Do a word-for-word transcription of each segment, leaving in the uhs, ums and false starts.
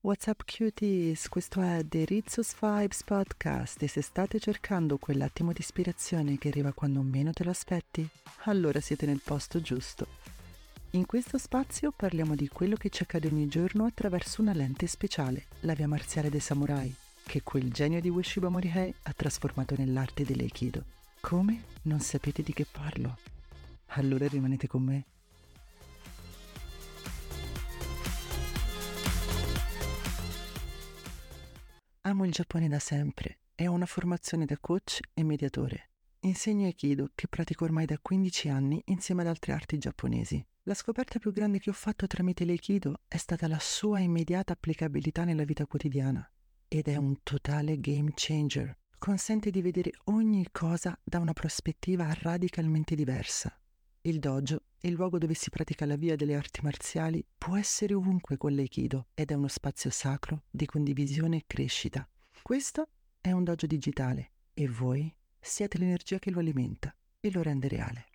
What's up cuties? Questo è The Rizos Vibes Podcast e se state cercando quell'attimo di ispirazione che arriva quando meno te lo aspetti, allora siete nel posto giusto. In questo spazio parliamo di quello che ci accade ogni giorno attraverso una lente speciale, la via marziale dei samurai, che quel genio di Ueshiba Morihei ha trasformato nell'arte dell'Aikido. Come? Non sapete di che parlo? Allora rimanete con me. Amo il Giappone da sempre e ho una formazione da coach e mediatore. Insegno Aikido, che pratico ormai da quindici anni insieme ad altre arti giapponesi. La scoperta più grande che ho fatto tramite l'Aikido è stata la sua immediata applicabilità nella vita quotidiana. Ed è un totale game changer. Consente di vedere ogni cosa da una prospettiva radicalmente diversa. Il dojo, il luogo dove si pratica la via delle arti marziali, può essere ovunque con l'Aikido ed è uno spazio sacro di condivisione e crescita. Questo è un dojo digitale e voi siete l'energia che lo alimenta e lo rende reale.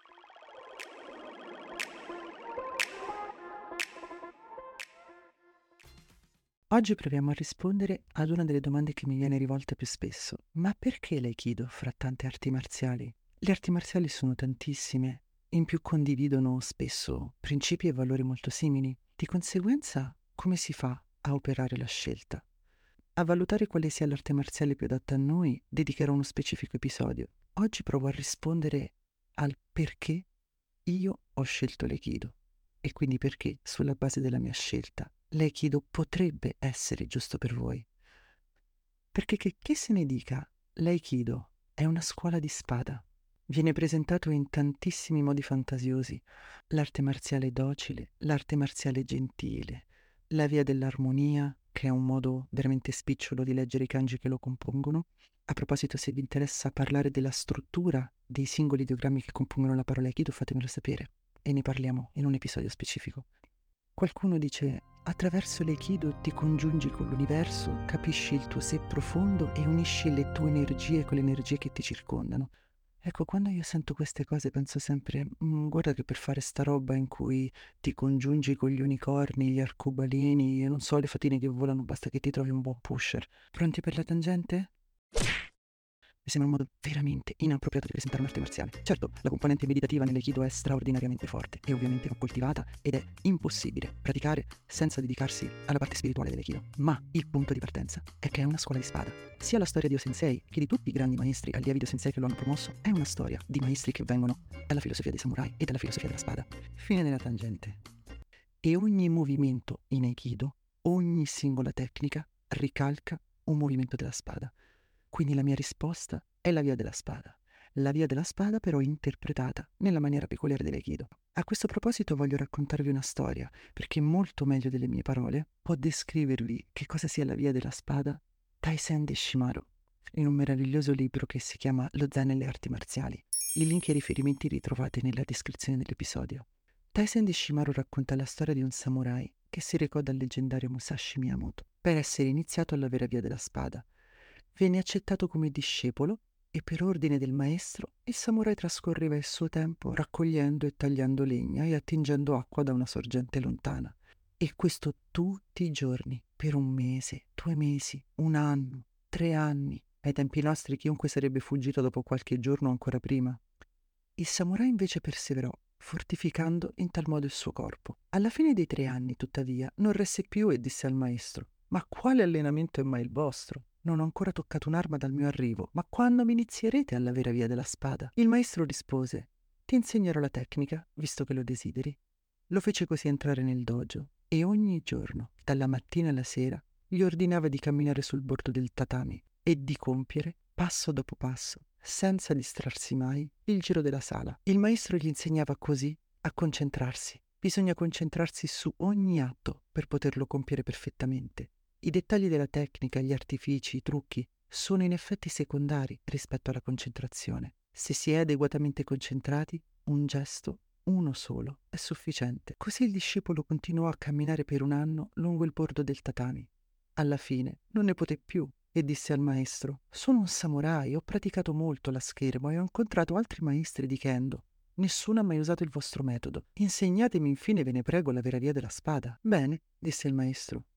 Oggi proviamo a rispondere ad una delle domande che mi viene rivolta più spesso. Ma perché l'Aikido fra tante arti marziali? Le arti marziali sono tantissime. In più condividono spesso principi e valori molto simili. Di conseguenza, come si fa a operare la scelta? A valutare quale sia l'arte marziale più adatta a noi, dedicherò uno specifico episodio. Oggi provo a rispondere al perché io ho scelto l'Aikido e quindi perché, sulla base della mia scelta, l'Aikido potrebbe essere giusto per voi. Perché che, che se ne dica, l'Aikido è una scuola di spada. Viene presentato in tantissimi modi fantasiosi, l'arte marziale docile, l'arte marziale gentile, la via dell'armonia, che è un modo veramente spicciolo di leggere i kanji che lo compongono. A proposito, se vi interessa parlare della struttura dei singoli ideogrammi che compongono la parola Aikido, fatemelo sapere e ne parliamo in un episodio specifico. Qualcuno dice, attraverso l'Aikido ti congiungi con l'universo, capisci il tuo sé profondo e unisci le tue energie con le energie che ti circondano. Ecco, quando io sento queste cose penso sempre, "Mm, guarda che per fare sta roba in cui ti congiungi con gli unicorni, gli arcobaleni e non so, le fatine che volano, basta che ti trovi un buon pusher. Pronti per la tangente? Mi sembra un modo veramente inappropriato di presentare un'arte marziale. Certo, la componente meditativa nell'Aikido è straordinariamente forte e ovviamente va coltivata ed è impossibile praticare senza dedicarsi alla parte spirituale dell'Aikido. Ma il punto di partenza è che è una scuola di spada. Sia la storia di O-sensei che di tutti i grandi maestri allievi di O-sensei che lo hanno promosso è una storia di maestri che vengono dalla filosofia dei samurai e dalla filosofia della spada. Fine della tangente. E ogni movimento in Aikido, ogni singola tecnica ricalca un movimento della spada. Quindi la mia risposta è la via della spada. La via della spada però interpretata nella maniera peculiare dell'Aikido. A questo proposito voglio raccontarvi una storia, perché molto meglio delle mie parole può descrivervi che cosa sia la via della spada Taisen Deshimaru, in un meraviglioso libro che si chiama Lo Zen nelle arti marziali. I link e i riferimenti li trovate nella descrizione dell'episodio. Taisen Deshimaru racconta la storia di un samurai che si recò dal leggendario Musashi Miyamoto per essere iniziato alla vera via della spada. Venne accettato come discepolo e per ordine del maestro il samurai trascorreva il suo tempo raccogliendo e tagliando legna e attingendo acqua da una sorgente lontana. E questo tutti i giorni, per un mese, due mesi, un anno, tre anni. Ai tempi nostri chiunque sarebbe fuggito dopo qualche giorno o ancora prima. Il samurai invece perseverò, fortificando in tal modo il suo corpo. Alla fine dei tre anni, tuttavia, non resse più e disse al maestro: «Ma quale allenamento è mai il vostro? Non ho ancora toccato un'arma dal mio arrivo, ma quando mi inizierete alla vera via della spada?» Il maestro rispose: «Ti insegnerò la tecnica, visto che lo desideri». Lo fece così entrare nel dojo e ogni giorno, dalla mattina alla sera, gli ordinava di camminare sul bordo del tatami e di compiere, passo dopo passo, senza distrarsi mai, il giro della sala. Il maestro gli insegnava così a concentrarsi. Bisogna concentrarsi su ogni atto per poterlo compiere perfettamente. I dettagli della tecnica, gli artifici, i trucchi sono in effetti secondari rispetto alla concentrazione. Se si è adeguatamente concentrati, un gesto, uno solo, è sufficiente. Così il discepolo continuò a camminare per un anno lungo il bordo del tatami. Alla fine non ne poté più e disse al maestro: «Sono un samurai, ho praticato molto la scherma e ho incontrato altri maestri di kendo. Nessuno ha mai usato il vostro metodo. Insegnatemi infine, ve ne prego, la vera via della spada». «Bene», disse il maestro,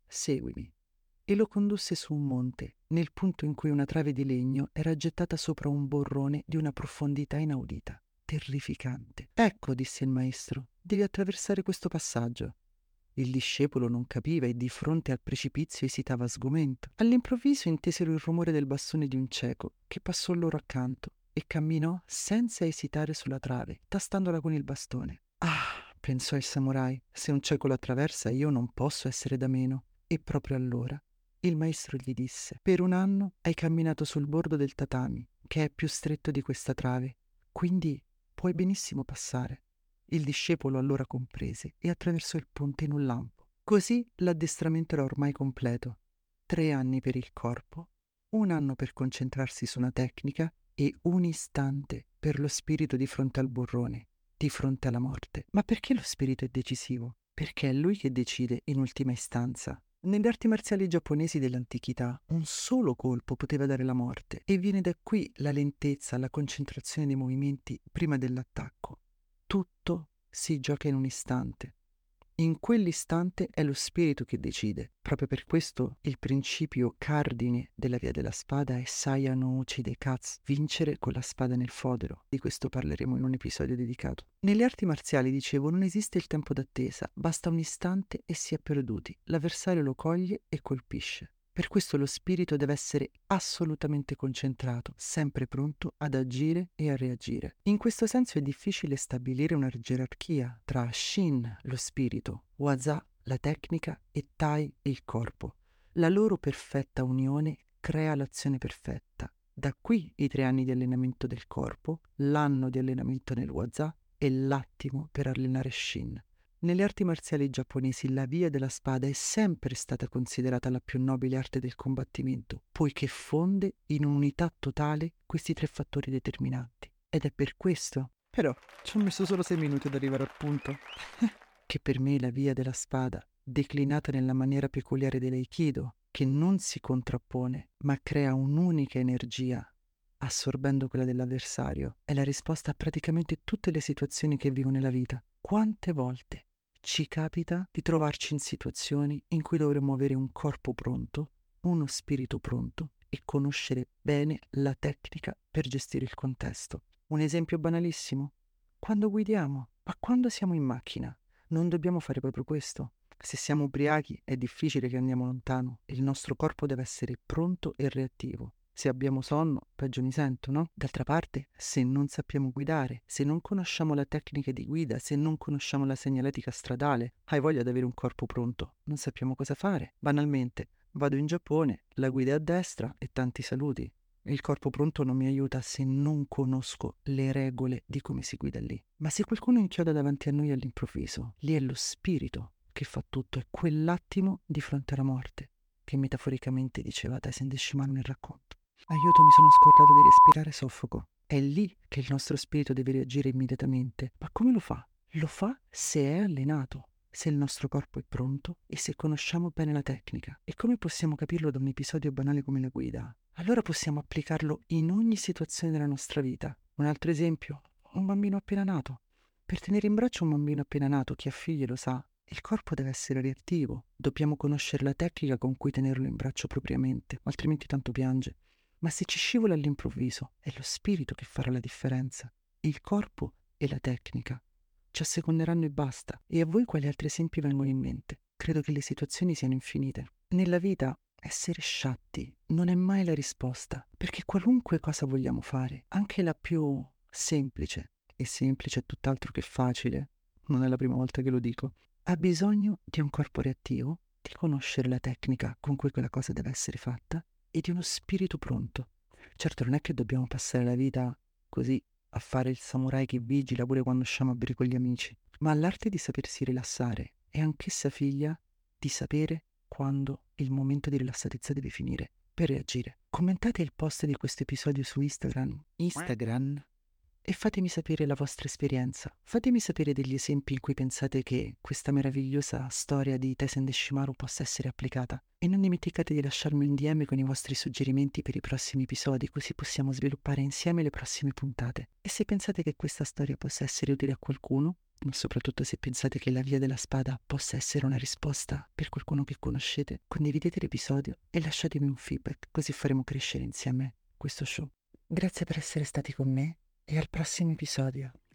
seguimi. E lo condusse su un monte, nel punto in cui una trave di legno era gettata sopra un borrone di una profondità inaudita, terrificante. Ecco, disse il maestro, devi attraversare questo passaggio. Il discepolo non capiva e di fronte al precipizio esitava a sgomento. All'improvviso intesero il rumore del bastone di un cieco che passò loro accanto e camminò senza esitare sulla trave, tastandola con il bastone. Ah, pensò il samurai, se un cieco lo attraversa io non posso essere da meno. E proprio allora il maestro gli disse: per un anno hai camminato sul bordo del tatami, che è più stretto di questa trave, quindi puoi benissimo passare. Il discepolo allora comprese e attraversò il ponte in un lampo. Così l'addestramento era ormai completo. Tre anni per il corpo, un anno per concentrarsi su una tecnica e un istante per lo spirito di fronte al burrone, di fronte alla morte. Ma perché lo spirito è decisivo? Perché è lui che decide in ultima istanza. Nelle arti marziali giapponesi dell'antichità, un solo colpo poteva dare la morte, e viene da qui la lentezza, la concentrazione dei movimenti prima dell'attacco. Tutto si gioca in un istante. In quell'istante è lo spirito che decide. Proprio per questo il principio cardine della via della spada è Saya no Uchide Katsu, vincere con la spada nel fodero. Di questo parleremo in un episodio dedicato. Nelle arti marziali, dicevo, non esiste il tempo d'attesa, basta un istante e si è perduti. L'avversario lo coglie e colpisce. Per questo lo spirito deve essere assolutamente concentrato, sempre pronto ad agire e a reagire. In questo senso è difficile stabilire una gerarchia tra Shin, lo spirito, Waza, la tecnica, e Tai, il corpo. La loro perfetta unione crea l'azione perfetta. Da qui i tre anni di allenamento del corpo, l'anno di allenamento nel Waza e l'attimo per allenare Shin. Nelle arti marziali giapponesi la via della spada è sempre stata considerata la più nobile arte del combattimento, poiché fonde in un'unità totale questi tre fattori determinanti. Ed è per questo, però, ci ho messo solo sei minuti ad arrivare al punto, che per me la via della spada, declinata nella maniera peculiare dell'Aikido, che non si contrappone, ma crea un'unica energia, assorbendo quella dell'avversario, è la risposta a praticamente tutte le situazioni che vivo nella vita. Quante volte ci capita di trovarci in situazioni in cui dovremmo avere un corpo pronto, uno spirito pronto e conoscere bene la tecnica per gestire il contesto. Un esempio banalissimo: quando guidiamo, ma quando siamo in macchina, non dobbiamo fare proprio questo? Se siamo ubriachi è difficile che andiamo lontano, il nostro corpo deve essere pronto e reattivo. Se abbiamo sonno, peggio mi sento, no? D'altra parte, se non sappiamo guidare, se non conosciamo la tecnica di guida, se non conosciamo la segnaletica stradale, hai voglia di avere un corpo pronto? Non sappiamo cosa fare. Banalmente, vado in Giappone, la guida è a destra e tanti saluti. Il corpo pronto non mi aiuta se non conosco le regole di come si guida lì. Ma se qualcuno inchioda davanti a noi all'improvviso, lì è lo spirito che fa tutto, è quell'attimo di fronte alla morte, che metaforicamente diceva Taisen Deshimaru nel racconto. Aiuto, mi sono scordato di respirare, soffoco. È lì che il nostro spirito deve reagire immediatamente. Ma come lo fa? Lo fa se è allenato, se il nostro corpo è pronto e se conosciamo bene la tecnica. E come possiamo capirlo da un episodio banale come la guida? Allora possiamo applicarlo in ogni situazione della nostra vita. Un altro esempio, un bambino appena nato. Per tenere in braccio un bambino appena nato, chi ha figli lo sa, il corpo deve essere reattivo. Dobbiamo conoscere la tecnica con cui tenerlo in braccio propriamente, altrimenti tanto piange. Ma se ci scivola all'improvviso, è lo spirito che farà la differenza. Il corpo e la tecnica ci asseconderanno e basta. E a voi quali altri esempi vengono in mente? Credo che le situazioni siano infinite. Nella vita essere sciatti non è mai la risposta, perché qualunque cosa vogliamo fare, anche la più semplice, e semplice è tutt'altro che facile, non è la prima volta che lo dico, ha bisogno di un corpo reattivo, di conoscere la tecnica con cui quella cosa deve essere fatta e di uno spirito pronto. Certo, non è che dobbiamo passare la vita così a fare il samurai che vigila pure quando usciamo a bere con gli amici, ma l'arte di sapersi rilassare è anch'essa figlia di sapere quando il momento di rilassatezza deve finire per reagire. Commentate il post di questo episodio su Instagram, Instagram e fatemi sapere la vostra esperienza. Fatemi sapere degli esempi in cui pensate che questa meravigliosa storia di Tesen Deshimaru possa essere applicata. E non dimenticate di lasciarmi un D M con i vostri suggerimenti per i prossimi episodi, così possiamo sviluppare insieme le prossime puntate. E se pensate che questa storia possa essere utile a qualcuno, soprattutto se pensate che la via della spada possa essere una risposta per qualcuno che conoscete, condividete l'episodio e lasciatemi un feedback, così faremo crescere insieme questo show. Grazie per essere stati con me e al prossimo episodio.